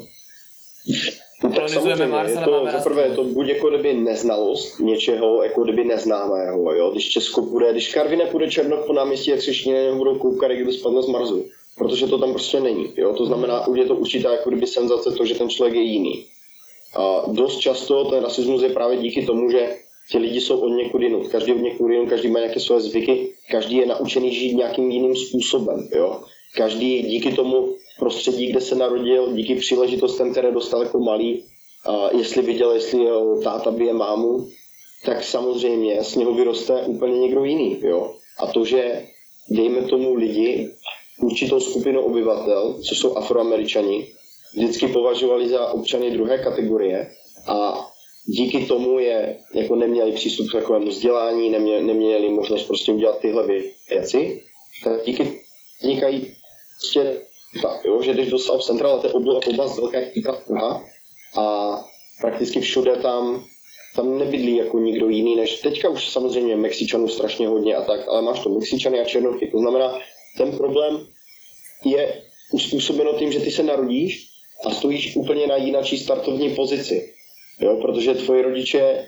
tak samozřejmě, Mars, je to, zaprvé je to buď jako kdyby neznalost něčeho, jako kdyby neznámého, jo. Když Česko půjde, když Karviné půjde Černoch po náměstí, jak se všichni na něho budou koukat, kdyby spadl z Marsu, protože to tam prostě není, jo. To znamená, už je to určitá jako kdyby senzace to, že ten člověk je jiný. A dost často ten rasismus je právě díky tomu, že ti lidi jsou od někud jinut, každý od někud jinut, každý má nějaké své zvyky, každý je naučený žít nějakým jiným způsobem, jo. Každý díky tomu prostředí, kde se narodil, díky příležitostem, které dostal jako malý, a jestli viděl, jestli jeho táta bije mámu, tak samozřejmě z něho vyroste úplně někdo jiný. Jo? A to, že dejme tomu lidi, určitou skupinu obyvatel, co jsou Afroameričani, vždycky považovali za občany druhé kategorie a díky tomu je, jako neměli přístup k takovému vzdělání, neměli, neměli možnost prostě udělat tyhle věci, tak díky vznikají prostě tak, jo, že když dostal v centrále, to je oblast velká Praha a prakticky všude tam, tam nebydlí jako nikdo jiný, než teďka už samozřejmě Mexičanů strašně hodně a tak, ale máš to Mexičany a Černochy, to znamená, ten problém je uspůsobeno tím, že ty se narodíš a stojíš úplně na jináčí startovní pozici, jo, protože tvoji rodiče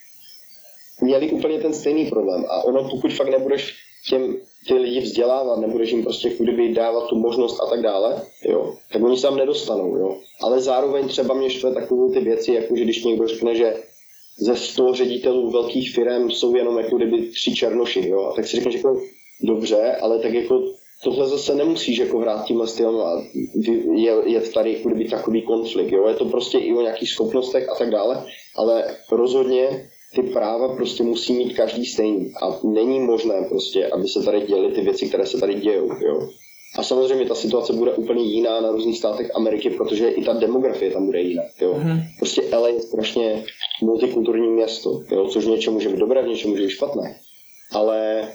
měli úplně ten stejný problém a ono, pokud fakt nebudeš těm ty lidi vzdělávat, nebudeš jim prostě kdyby dávat tu možnost a tak dále, jo, tak oni se tam nedostanou, jo. Ale zároveň třeba mě štve takové ty věci, jako že když někdo řekne, že ze sto ředitelů velkých firm jsou jenom jako kdyby tři černoši, jo, a tak si řekneš jako dobře, ale tak jako tohle zase nemusíš jako hrát tímhle stylem a je, je tady jako kdyby takový konflikt, jo, je to prostě i o nějakých schopnostech a tak dále, ale rozhodně ty práva prostě musí mít každý stejný a není možné prostě, aby se tady děly ty věci, které se tady dějou, jo. A samozřejmě ta situace bude úplně jiná na různých státech Ameriky, protože i ta demografie tam bude jiná, jo. Mm-hmm. Prostě L A je strašně multikulturní město, jo, což v něčem může být dobré, v něčem může být špatné, ale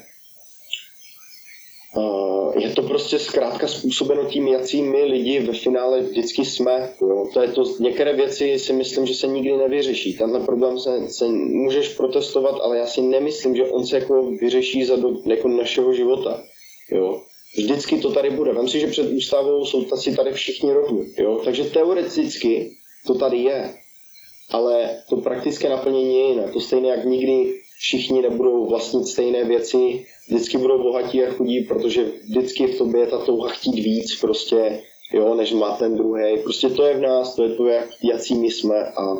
Uh, je to prostě zkrátka způsobeno tím, jaký my lidi ve finále vždycky jsme. Jo. To je to, některé věci si myslím, že se nikdy nevyřeší. Tenhle problém se, se můžeš protestovat, ale já si nemyslím, že on se jako vyřeší za do jako našeho života. Jo. Vždycky to tady bude. Vem si, že před ústavou jsou asi tady všichni rovni. Jo. Takže teoreticky to tady je. Ale to praktické naplnění je jiné. To stejné, jak nikdy všichni nebudou vlastnit stejné věci, vždycky budou bohatí a chudí, protože vždycky v tobě je ta touha chtít víc, prostě, jo, než má ten druhý. Prostě to je v nás, to je to, jak, jací my jsme a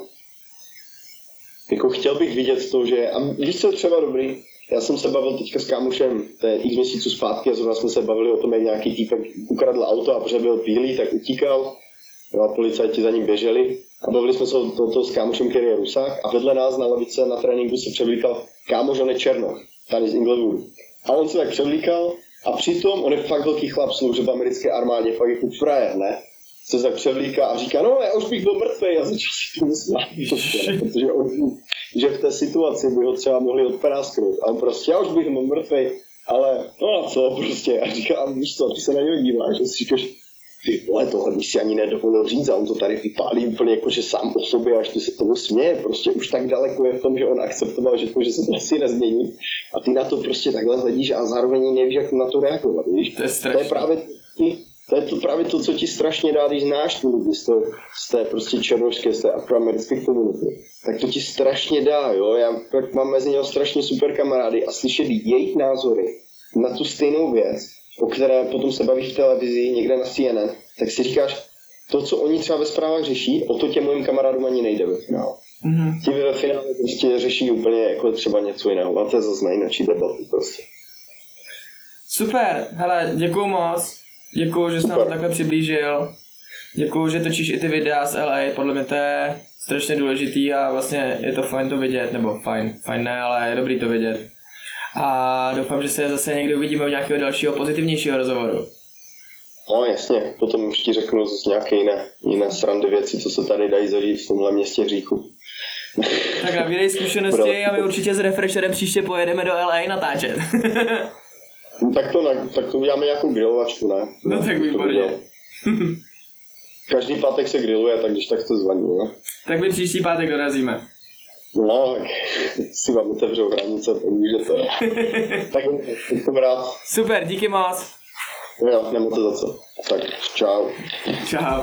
jako chtěl bych vidět to, že, a víš, co je třeba dobrý, já jsem se bavil teďka s kámošem, to je x měsíců zpátky a zrovna jsme se bavili o tom, jak nějaký týpek ukradl auto a protože byl pílý, tak utíkal, jo, a policajti za ním běželi a bavili jsme se o to, to s kámošem, který je Rusák a vedle nás na lavice na tréninku se převlíkal kámoš, on je Černoch, tady z Inglewood. A on se tak převlíkal a přitom on je fakt velký chlap, sloužil v americké armádě, fakt jako frajer, ne? Se tak převlíká a říká, no já už bych byl mrtvej a začal si tím smát, protože on, že v té situaci by ho třeba mohli odprásknout. A on prostě, já už bych byl mrtvej, ale no a co prostě. A říká, a víš co, ty se na něho díváš, a si říkáš, ty vole, tohle bych si ani nedovolil říct a on to tady vypálí úplně jako, že sám o sobě, až ty se tomu směje, prostě už tak daleko je v tom, že on akceptoval, že, to, že se to asi nezmění a ty na to prostě takhle hledíš a zároveň nevíš, jak na to reagovat, víš? To je, to je právě to, je to právě to, co ti strašně dá, když znáš tu lidi z, to, z té prostě černošské, z té afroamerické komunity, tak to ti strašně dá, jo, já mám mezi něho strašně super kamarády a slyšet jejich názory na tu stejnou věc, o které potom se bavíš v televizi, někde na C N N, tak si říkáš, to, co oni třeba ve zprávách řeší, o to těm mojim kamarádům ani nejde ve finále. Mm-hmm. Ti ve finále prostě řeší úplně jako třeba něco jiného, a to je zase na jináčí debaty prostě. Super, hele, děkuju moc, děkuju, že jsi nám takhle přiblížil, děkuju, že točíš i ty videa z L A, podle mě to je strašně důležitý a vlastně je to fajn to vidět, nebo fajn, fajn ne, ale je dobrý to vidět. A doufám, že se zase někdy uvidíme u nějakého dalšího pozitivnějšího rozhovoru. No jasně, potom už ti řeknu zase nějaké jiné, jiné srandy věci, co se tady dají zažít v tomhle městě hříchu. Tak nabírej zkušenosti a my určitě s Refresherem příště pojedeme do L A natáčet. tak, to, tak to uděláme nějakou grilovačku, ne? No, no tak výborně. Každý pátek se grilluje, tak když tak to zvaní, jo? Tak my příští pátek dorazíme. No, tak si vám otevřou hranice, to můžete. Tak jsem rád. Super, díky moc. Jo, nemáte za co. Tak čau. Čau.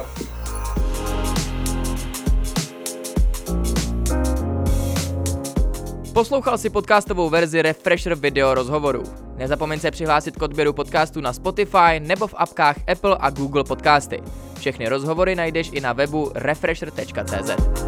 Poslouchal si podcastovou verzi Refresher video rozhovorů. Nezapomeň se přihlásit k odběru podcastu na Spotify nebo v apkách Apple a Google Podcasty. Všechny rozhovory najdeš i na webu refresher tečka cé zet.